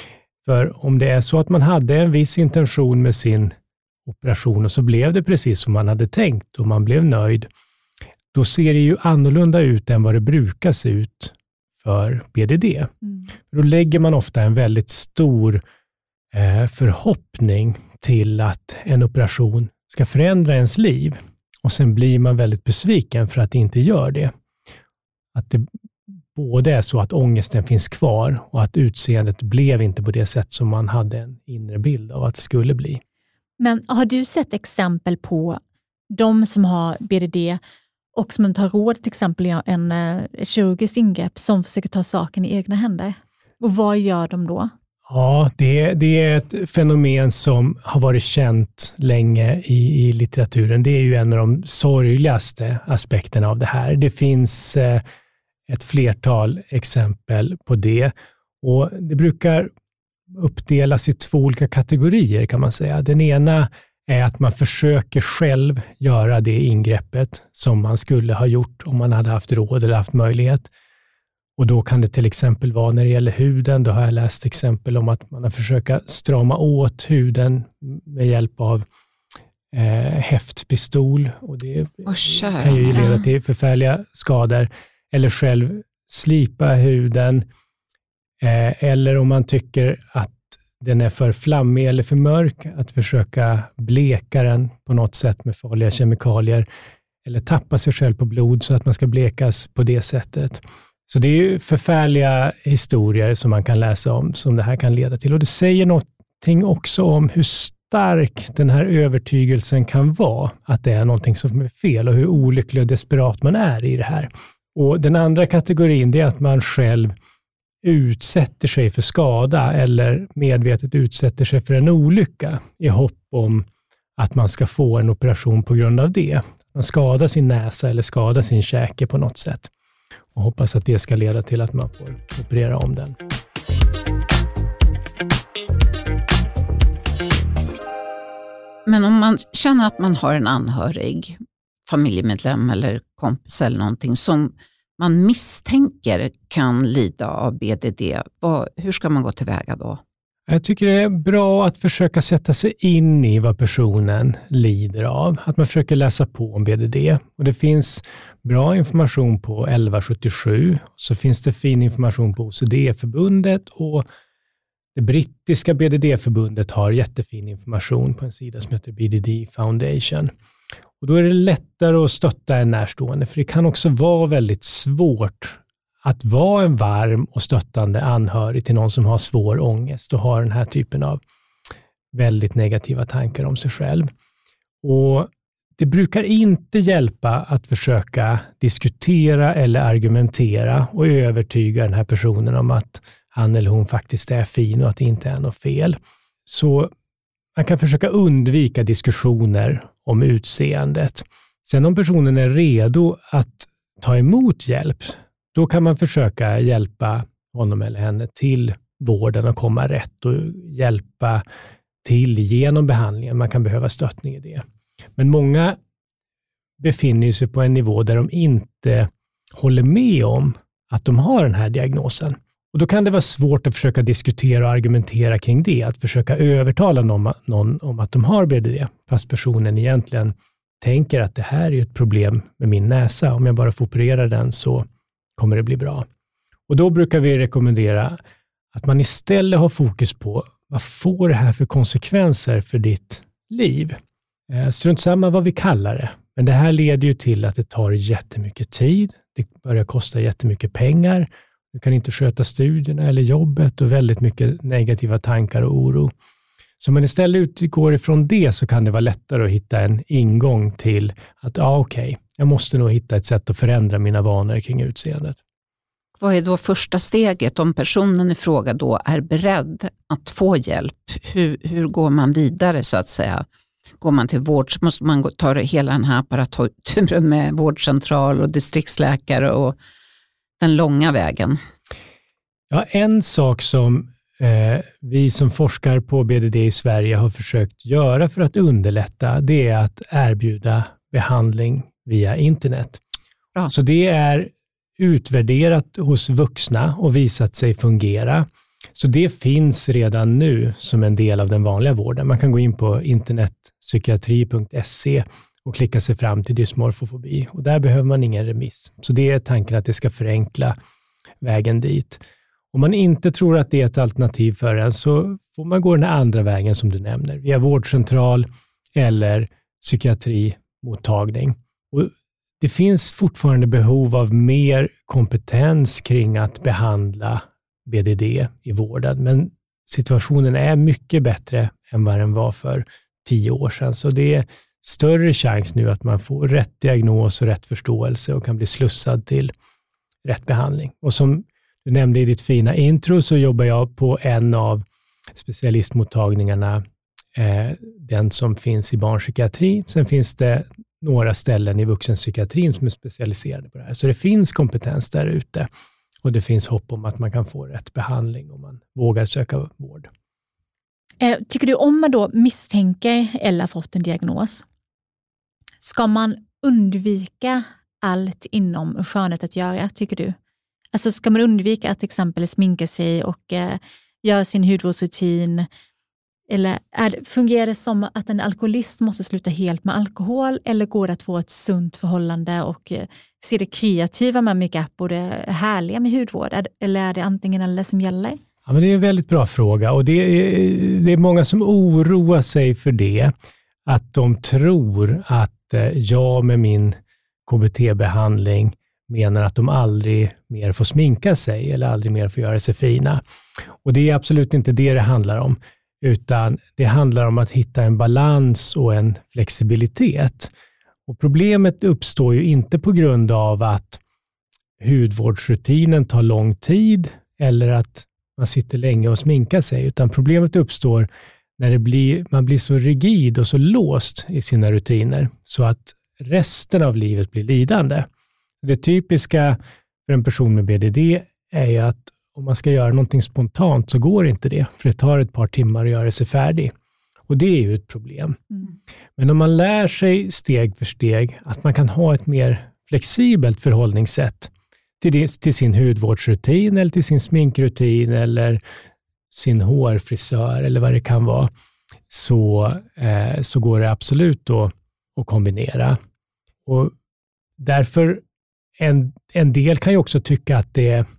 För om det är så att man hade en viss intention med sin operation och så blev det precis som man hade tänkt och man blev nöjd, då ser det ju annorlunda ut än vad det brukar se ut för B D D. Mm. Då lägger man ofta en väldigt stor eh, förhoppning till att en operation ska förändra ens liv och sen blir man väldigt besviken för att det inte gör det. Att det både är så att ångesten finns kvar och att utseendet blev inte på det sätt som man hade en inre bild av att det skulle bli. Men har du sett exempel på de som har B D D och som tar råd till exempel en uh, kirurgisk ingrepp som försöker ta saken i egna händer? Och vad gör de då? Ja, det, det är ett fenomen som har varit känt länge i, i litteraturen. Det är ju en av de sorgligaste aspekterna av det här. Det finns eh, ett flertal exempel på det. Och det brukar uppdelas i två olika kategorier kan man säga. Den ena är att man försöker själv göra det ingreppet som man skulle ha gjort om man hade haft råd eller haft möjlighet. Och då kan det till exempel vara när det gäller huden, då har jag läst exempel om att man har försökt strama åt huden med hjälp av eh, häftpistol. Och det oh, kan ju leda till förfärliga skador. Eller själv slipa huden. Eh, eller om man tycker att den är för flammig eller för mörk, att försöka bleka den på något sätt med farliga kemikalier. Eller tappa sig själv på blod så att man ska blekas på det sättet. Så det är ju förfärliga historier som man kan läsa om som det här kan leda till. Och det säger någonting också om hur stark den här övertygelsen kan vara. Att det är någonting som är fel och hur olycklig och desperat man är i det här. Och den andra kategorin, det är att man själv utsätter sig för skada eller medvetet utsätter sig för en olycka i hopp om att man ska få en operation på grund av det. Man skadar sin näsa eller skadar sin käke på något sätt och hoppas att det ska leda till att man får operera om den. Men om man känner att man har en anhörig, familjemedlem eller kompis eller någonting som man misstänker kan lida av B D D, vad, hur ska man gå tillväga då? Jag tycker det är bra att försöka sätta sig in i vad personen lider av. Att man försöker läsa på om B D D. Och det finns bra information på elva sjuttiosju. Så finns det fin information på O C D-förbundet och det brittiska B D D-förbundet har jättefin information på en sida som heter B D D Foundation. Och då är det lättare att stötta en närstående, för det kan också vara väldigt svårt att vara en varm och stöttande anhörig till någon som har svår ångest och har den här typen av väldigt negativa tankar om sig själv. Och det brukar inte hjälpa att försöka diskutera eller argumentera och övertyga den här personen om att han eller hon faktiskt är fin och att det inte är något fel. Så man kan försöka undvika diskussioner om utseendet. Sen om personen är redo att ta emot hjälp, då kan man försöka hjälpa honom eller henne till vården och komma rätt och hjälpa till genom behandlingen. Man kan behöva stöttning i det. Men många befinner sig på en nivå där de inte håller med om att de har den här diagnosen. Och då kan det vara svårt att försöka diskutera och argumentera kring det. Att försöka övertala någon, någon om att de har B D D. Fast personen egentligen tänker att det här är ett problem med min näsa. Om jag bara får operera den så kommer det bli bra. Och då brukar vi rekommendera att man istället har fokus på vad får det här för konsekvenser för ditt liv. Strunt samma vad vi kallar det. Men det här leder ju till att det tar jättemycket tid. Det börjar kosta jättemycket pengar. Du kan inte sköta studierna eller jobbet och väldigt mycket negativa tankar och oro. Så om man istället utgår ifrån det så kan det vara lättare att hitta en ingång till att ja okej, okay, jag måste nog hitta ett sätt att förändra mina vanor kring utseendet. Vad är då första steget om personen i fråga då är beredd att få hjälp? Hur, hur går man vidare så att säga? Går man till vård så måste man ta hela den här apparaturen med vårdcentral och distriktsläkare och den långa vägen. Ja, en sak som eh, vi som forskar på B D D i Sverige har försökt göra för att underlätta, det är att erbjuda behandling via internet. Bra. Så det är utvärderat hos vuxna och visat sig fungera. Så det finns redan nu som en del av den vanliga vården. Man kan gå in på internetpsykiatri punkt se och klicka sig fram till dysmorfofobi. Och där behöver man ingen remiss. Så det är tanken att det ska förenkla vägen dit. Om man inte tror att det är ett alternativ för en så får man gå den andra vägen som du nämner. Via vårdcentral eller psykiatrimottagning. Och det finns fortfarande behov av mer kompetens kring att behandla B D D i vården. Men situationen är mycket bättre än vad den var för tio år sedan. Så det är större chans nu att man får rätt diagnos och rätt förståelse och kan bli slussad till rätt behandling. Och som du nämnde i ditt fina intro så jobbar jag på en av specialistmottagningarna, eh, den som finns i barnpsykiatri. Sen finns det några ställen i vuxenpsykiatrin som är specialiserade på det här. Så det finns kompetens där ute och det finns hopp om att man kan få rätt behandling om man vågar söka vård. Eh, tycker du om man då misstänker eller har fått en diagnos, ska man undvika allt inom skönhet att göra, tycker du? Alltså ska man undvika att till exempel sminka sig och eh, göra sin hudvårdsrutin? Eller är det, fungerar det som att en alkoholist måste sluta helt med alkohol? Eller går det att få ett sunt förhållande och eh, se det kreativa med makeup och det härliga med hudvård? Eller är det antingen eller som gäller? Ja, men det är en väldigt bra fråga och det är, det är många som oroar sig för det. Att de tror att eh, jag med min K B T-behandling menar att de aldrig mer får sminka sig eller aldrig mer får göra sig fina. Och det är absolut inte det det handlar om. Utan det handlar om att hitta en balans och en flexibilitet. Och problemet uppstår ju inte på grund av att hudvårdsrutinen tar lång tid eller att man sitter länge och sminkar sig. Utan problemet uppstår när det blir, man blir så rigid och så låst i sina rutiner så att resten av livet blir lidande. Det typiska för en person med B D D är ju att om man ska göra någonting spontant så går inte det. För det tar ett par timmar att göra sig färdig. Och det är ju ett problem. Mm. Men om man lär sig steg för steg att man kan ha ett mer flexibelt förhållningssätt till, det, till sin hudvårdsrutin eller till sin sminkrutin eller sin hårfrisör eller vad det kan vara, så, eh, så går det absolut då att kombinera. Och därför en, en del kan ju också tycka att det är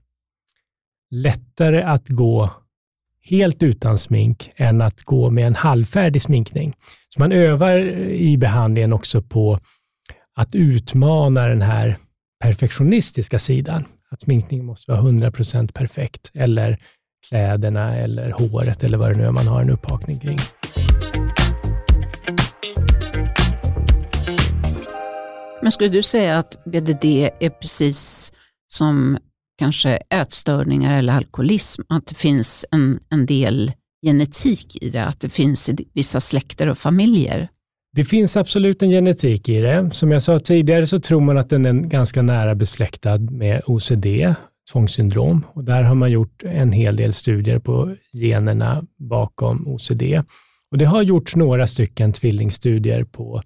lättare att gå helt utan smink än att gå med en halvfärdig sminkning. Så man övar i behandlingen också på att utmana den här perfektionistiska sidan. Att sminkningen måste vara hundra procent perfekt eller kläderna eller håret eller vad det nu är man har en upphakning kring. Men skulle du säga att B D D är precis som kanske ätstörningar eller alkoholism, att det finns en, en del genetik i det, att det finns i vissa släkter och familjer? Det finns absolut en genetik i det. Som jag sa tidigare så tror man att den är ganska nära besläktad med O C D, tvångssyndrom. Och där har man gjort en hel del studier på generna bakom O C D. Och det har gjorts några stycken tvillingstudier på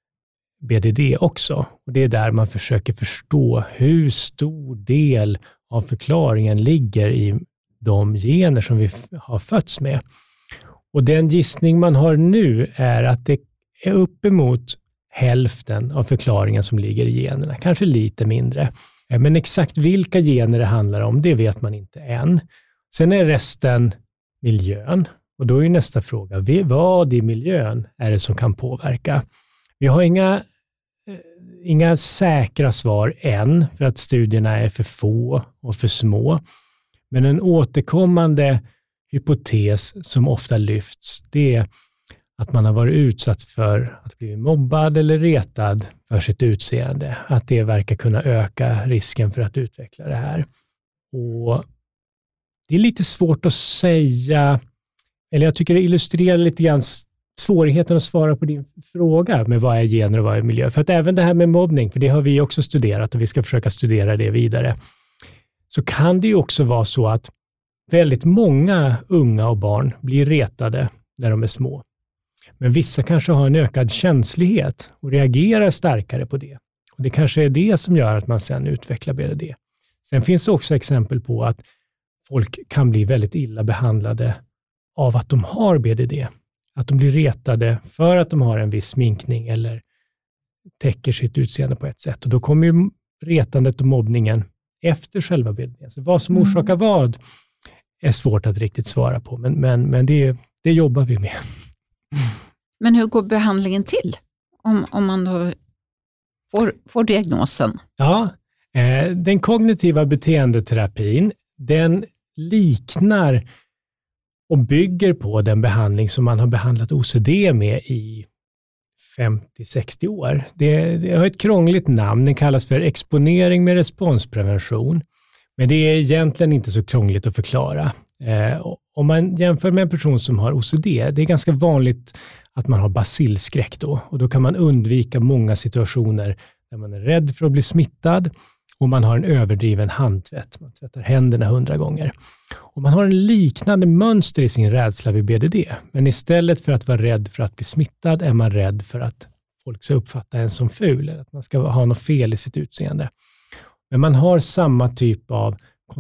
B D D också. Och det är där man försöker förstå hur stor del av förklaringen ligger i de gener som vi har fötts med. Och den gissning man har nu är att det är uppemot hälften av förklaringen som ligger i generna, kanske lite mindre. Men exakt vilka gener det handlar om, det vet man inte än. Sen är resten miljön, och då är nästa fråga, vad i miljön är det som kan påverka? Vi har inga, inga säkra svar än, för att studierna är för få och för små. Men en återkommande hypotes som ofta lyfts, det är att man har varit utsatt för att bli mobbad eller retad för sitt utseende. Att det verkar kunna öka risken för att utveckla det här. Och det är lite svårt att säga, eller jag tycker det illustrerar lite grann svårigheten att svara på din fråga med vad är gener och vad är miljö. För att även det här med mobbning, för det har vi också studerat och vi ska försöka studera det vidare, så kan det ju också vara så att väldigt många unga och barn blir retade när de är små. Men vissa kanske har en ökad känslighet och reagerar starkare på det. Och det kanske är det som gör att man sen utvecklar B D D. Sen finns det också exempel på att folk kan bli väldigt illa behandlade av att de har B D D. Att de blir retade för att de har en viss sminkning eller täcker sitt utseende på ett sätt. Och då kommer ju retandet och mobbningen efter själva B D D. Så vad som orsakar mm. vad är svårt att riktigt svara på. Men, men, men det, det jobbar vi med. Men hur går behandlingen till om, om man då får, får diagnosen? Ja, eh, den kognitiva beteendeterapin, den liknar och bygger på den behandling som man har behandlat O C D med i femtio till sextio år. Det, det har ett krångligt namn, den kallas för exponering med responsprevention. Men det är egentligen inte så krångligt att förklara. Eh, om man jämför med en person som har O C D, det är ganska vanligt att man har bacillskräck då. Och då kan man undvika många situationer där man är rädd för att bli smittad och man har en överdriven handtvätt. Man tvättar händerna hundra gånger. Och man har en liknande mönster i sin rädsla vid B D D. Men istället för att vara rädd för att bli smittad är man rädd för att folk ska uppfatta en som ful eller att man ska ha något fel i sitt utseende. Men man har samma typ av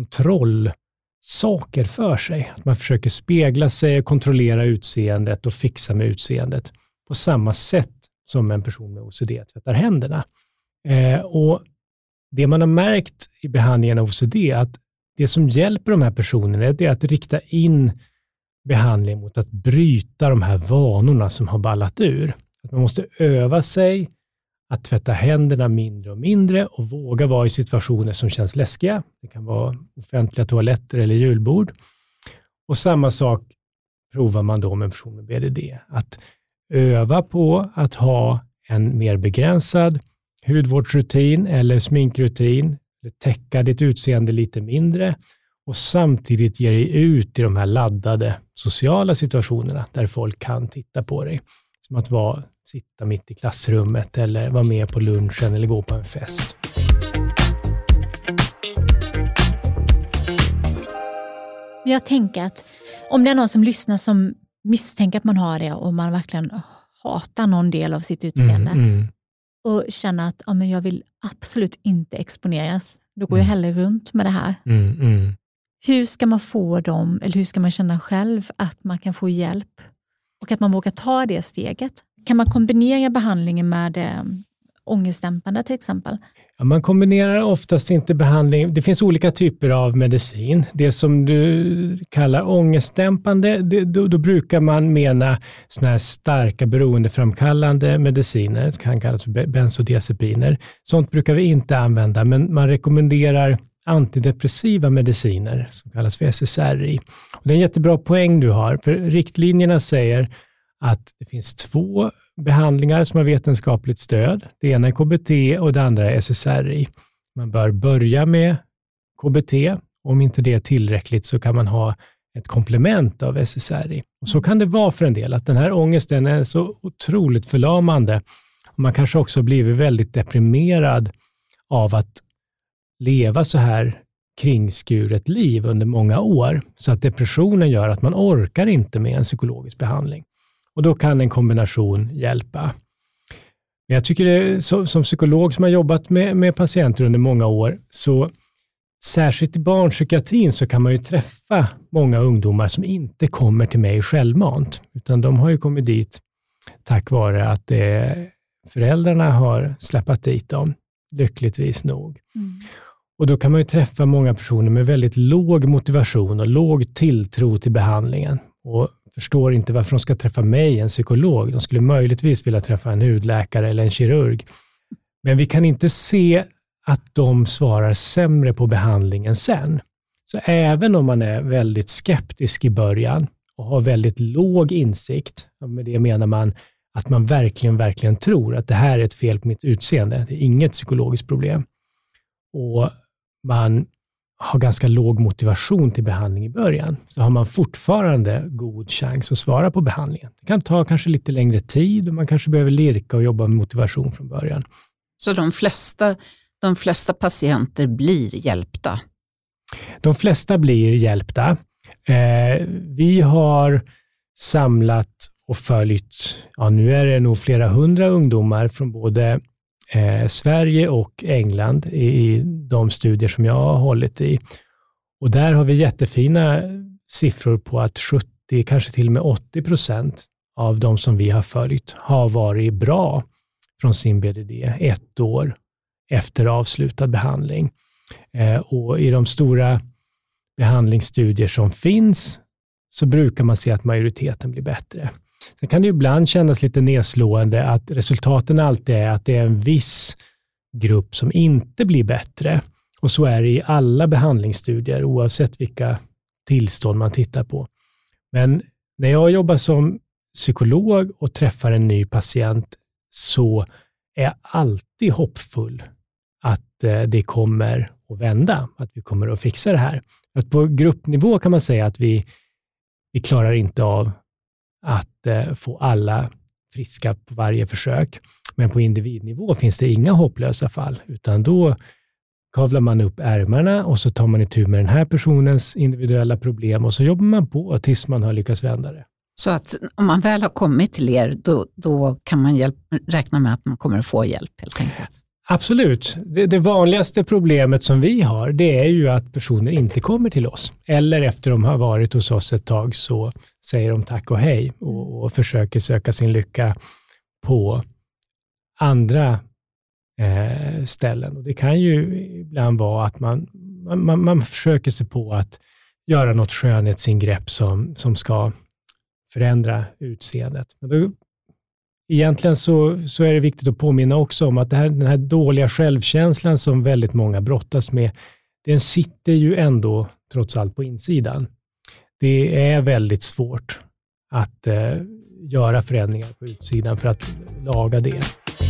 kontrollsaker för sig. Att man försöker spegla sig och kontrollera utseendet och fixa med utseendet på samma sätt som en person med O C D tvättar händerna. Eh, och det man har märkt i behandlingen av O C D är att det som hjälper de här personerna är att rikta in behandling mot att bryta de här vanorna som har ballat ur. Att man måste öva sig att tvätta händerna mindre och mindre och våga vara i situationer som känns läskiga. Det kan vara offentliga toaletter eller julbord. Och samma sak provar man då med en person med B D D. Att öva på att ha en mer begränsad hudvårdsrutin eller sminkrutin. Täcka ditt utseende lite mindre och samtidigt ge dig ut i de här laddade sociala situationerna där folk kan titta på dig. Som att vara, sitta mitt i klassrummet eller vara med på lunchen eller gå på en fest. Jag tänker att om det är någon som lyssnar som misstänker att man har det och man verkligen hatar någon del av sitt utseende mm, mm. och känner att ja, men jag vill absolut inte exponeras, då går mm. jag hellre runt med det här. Mm, mm. Hur ska man få dem, eller hur ska man känna själv att man kan få hjälp och att man vågar ta det steget? Kan man kombinera behandlingen med eh, ångestdämpande till exempel? Ja, man kombinerar oftast inte behandling. Det finns olika typer av medicin. Det som du kallar ångestdämpande, det, då, då brukar man mena såna här starka beroendeframkallande mediciner, som kan kallas för bensodiazepiner. Sånt brukar vi inte använda, men man rekommenderar antidepressiva mediciner som kallas för S S R I. Och det är en jättebra poäng du har, för riktlinjerna säger att det finns två behandlingar som har vetenskapligt stöd. Det ena är K B T och det andra är S S R I. Man bör börja med K B T. Om inte det är tillräckligt så kan man ha ett komplement av S S R I. Och så kan det vara för en del, att den här ångesten är så otroligt förlamande. Och man kanske också blivit väldigt deprimerad av att leva så här kringskuret liv under många år. Så att depressionen gör att man orkar inte med en psykologisk behandling. Och då kan en kombination hjälpa. Men jag tycker det, så, som psykolog som har jobbat med, med patienter under många år, så särskilt i barnpsykiatrin så kan man ju träffa många ungdomar som inte kommer till mig självmant, utan de har ju kommit dit tack vare att det, föräldrarna har släppt dit dem, lyckligtvis nog. Mm. Och då kan man ju träffa många personer med väldigt låg motivation och låg tilltro till behandlingen och förstår inte varför de ska träffa mig, en psykolog. De skulle möjligtvis vilja träffa en hudläkare eller en kirurg. Men vi kan inte se att de svarar sämre på behandlingen sen. Så även om man är väldigt skeptisk i början och har väldigt låg insikt, med det menar man att man verkligen, verkligen tror att det här är ett fel på mitt utseende. Det är inget psykologiskt problem. Och man har ganska låg motivation till behandling i början, så har man fortfarande god chans att svara på behandlingen. Det kan ta kanske lite längre tid och man kanske behöver lirka och jobba med motivation från början. Så de flesta, de flesta patienter blir hjälpta? De flesta blir hjälpta. Eh, vi har samlat och följt, ja, nu är det nog flera hundra ungdomar från både Eh, Sverige och England i, i de studier som jag har hållit i. Och där har vi jättefina siffror på att sjuttio, kanske till och med åttio procent av de som vi har följt har varit bra från sin B D D ett år efter avslutad behandling. Eh, och i de stora behandlingsstudier som finns så brukar man se att majoriteten blir bättre. Sen kan det ibland kännas lite nedslående att resultaten alltid är att det är en viss grupp som inte blir bättre. Och så är det i alla behandlingsstudier oavsett vilka tillstånd man tittar på. Men när jag jobbar som psykolog och träffar en ny patient så är jag alltid hoppfull att det kommer att vända, att vi kommer att fixa det här. Att på gruppnivå kan man säga att vi, vi klarar inte av att eh, få alla friska på varje försök. Men på individnivå finns det inga hopplösa fall, utan då kavlar man upp ärmarna och så tar man itu med den här personens individuella problem och så jobbar man på tills man har lyckats vända det. Så att om man väl har kommit till er, då, då kan man hjälp, räkna med att man kommer att få hjälp helt enkelt? Absolut. Det, det vanligaste problemet som vi har, det är ju att personer inte kommer till oss. Eller efter de har varit hos oss ett tag så säger de tack och hej och, och försöker söka sin lycka på andra eh, ställen. Och det kan ju ibland vara att man, man, man försöker sig på att göra något skönhetsingrepp som, som ska förändra utseendet. Men då, egentligen så, så är det viktigt att påminna också om att det här, den här dåliga självkänslan som väldigt många brottas med, den sitter ju ändå trots allt på insidan. Det är väldigt svårt att eh, göra förändringar på utsidan för att laga det.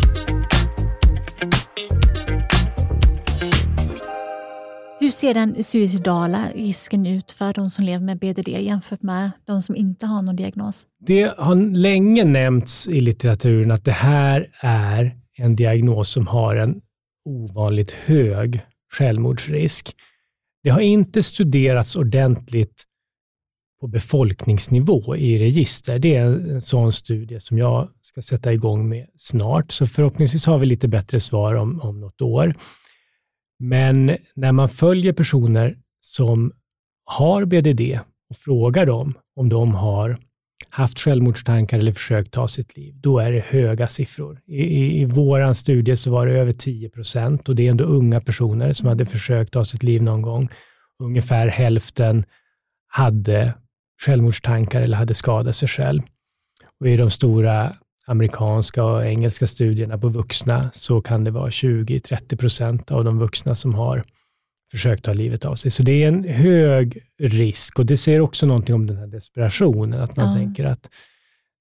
Hur ser den suicidala risken ut för de som lever med B D D jämfört med de som inte har någon diagnos? Det har länge nämnts i litteraturen att det här är en diagnos som har en ovanligt hög självmordsrisk. Det har inte studerats ordentligt på befolkningsnivå i register. Det är en sån studie som jag ska sätta igång med snart. Så förhoppningsvis har vi lite bättre svar om, om något år. Men när man följer personer som har B D D och frågar dem om de har haft självmordstankar eller försökt ta sitt liv, då är det höga siffror. I, i, i våran studie så var det över tio procent och det är ändå unga personer som hade försökt ta sitt liv någon gång. Ungefär hälften hade självmordstankar eller hade skadat sig själv. Och i de stora amerikanska och engelska studierna på vuxna så kan det vara tjugo till trettio procent av de vuxna som har försökt ta livet av sig. Så det är en hög risk och det säger också någonting om den här desperationen, att man ja. tänker att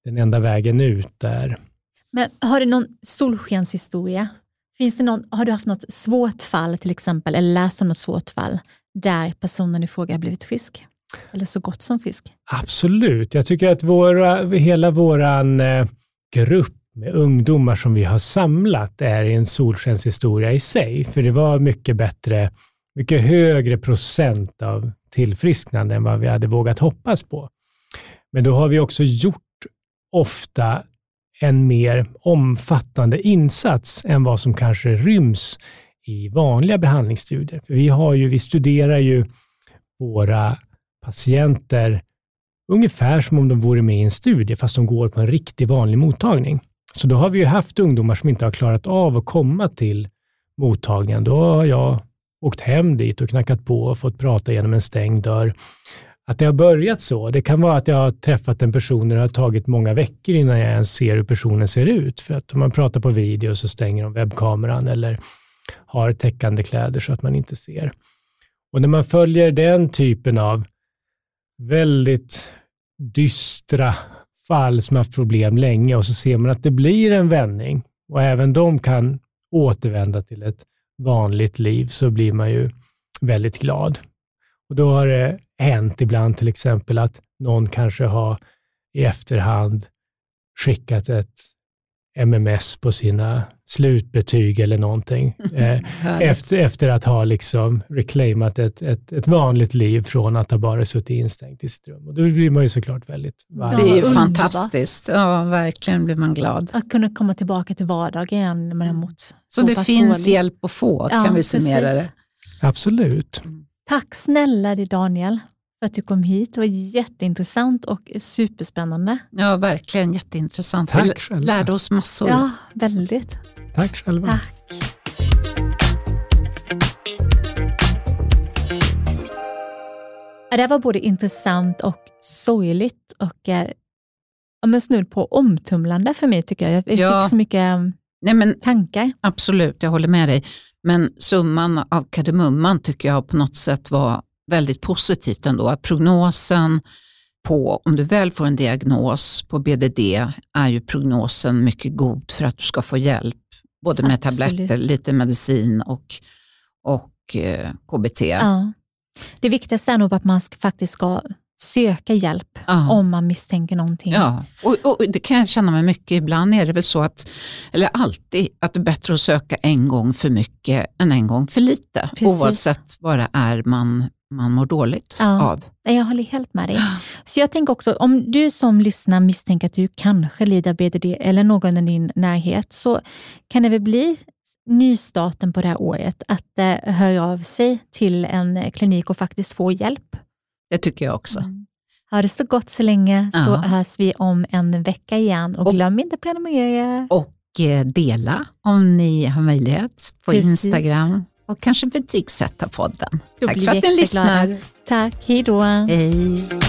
den enda vägen ut där. Men har du någon solskenshistoria? Finns det någon, har du haft något svårt fall till exempel, eller läst om något svårt fall där personen i fråga har blivit frisk? Eller så gott som frisk? Absolut. Jag tycker att våra, hela våran eh, grupp med ungdomar som vi har samlat är en solskenshistoria i sig. För det var mycket bättre, mycket högre procent av tillfrisknande än vad vi hade vågat hoppas på. Men då har vi också gjort ofta en mer omfattande insats än vad som kanske ryms i vanliga behandlingsstudier. För vi, har ju, vi studerar ju våra patienter ungefär som om de vore med i en studie fast de går på en riktig vanlig mottagning. Så då har vi ju haft ungdomar som inte har klarat av att komma till mottagningen. Då har jag åkt hem dit och knackat på och fått prata genom en stängd dörr. Att det har börjat så, det kan vara att jag har träffat en person och det har tagit många veckor innan jag ens ser hur personen ser ut. För att om man pratar på video så stänger de webbkameran eller har täckande kläder så att man inte ser. Och när man följer den typen av väldigt dystra fall som har haft problem länge och så ser man att det blir en vändning och även de kan återvända till ett vanligt liv, så blir man ju väldigt glad. Och då har det hänt ibland till exempel att någon kanske har i efterhand skickat ett M M S på sina slutbetyg eller någonting. eh, efter, efter att ha liksom reclaimat ett, ett, ett vanligt liv från att ha bara suttit instängt i sitt rum. Och då blir man ju såklart väldigt varm. Det är ju Underbart. Fantastiskt. Ja, verkligen blir man glad. Att kunna komma tillbaka till vardagen igen när man har mått så, så det pass finns dåligt. hjälp att få, Ja, kan vi summera precis. det. Absolut. Tack snälla dig Daniel för att du kom hit. Det var jätteintressant och superspännande. Ja, verkligen jätteintressant. Tack Vi själva. lärde oss massor. Ja, väldigt. Tack själva. Tack. Det var både intressant och sorgligt och eh, ja, men snudd på omtumlande för mig tycker jag. Jag Ja. fick så mycket eh, Nej, men tankar. absolut, jag håller med dig. Men summan av kardemumman tycker jag på något sätt var väldigt positivt ändå. Att prognosen på, om du väl får en diagnos på B D D, är ju prognosen mycket god för att du ska få hjälp. Både med Absolut. tabletter, lite medicin och, och eh, K B T. Ja. Det viktigaste är nog att man ska, faktiskt ska söka hjälp Ja. om man misstänker någonting. Ja, och, och det kan jag känna mig mycket. Ibland är det väl så att, eller alltid, att det är bättre att söka en gång för mycket än en gång för lite. Precis. Oavsett vad det är man, man mår dåligt Ja. av. Jag håller helt med dig. Så jag tänker också, om du som lyssnar misstänker att du kanske lider av B D D eller någon i din närhet, så kan det väl bli nystarten på det här året att eh, höra av sig till en klinik och faktiskt få hjälp. Det tycker jag också. Mm. Ha det så gott så länge, så Ja. hörs vi om en vecka igen. Och, Och- glöm inte att prenumerera. Och eh, dela om ni har möjlighet på Precis. Instagram. Och kanske betygsätta podden. Då Tack blir för vi att ni extra glada. lyssnar. Tack, hej då. Hej.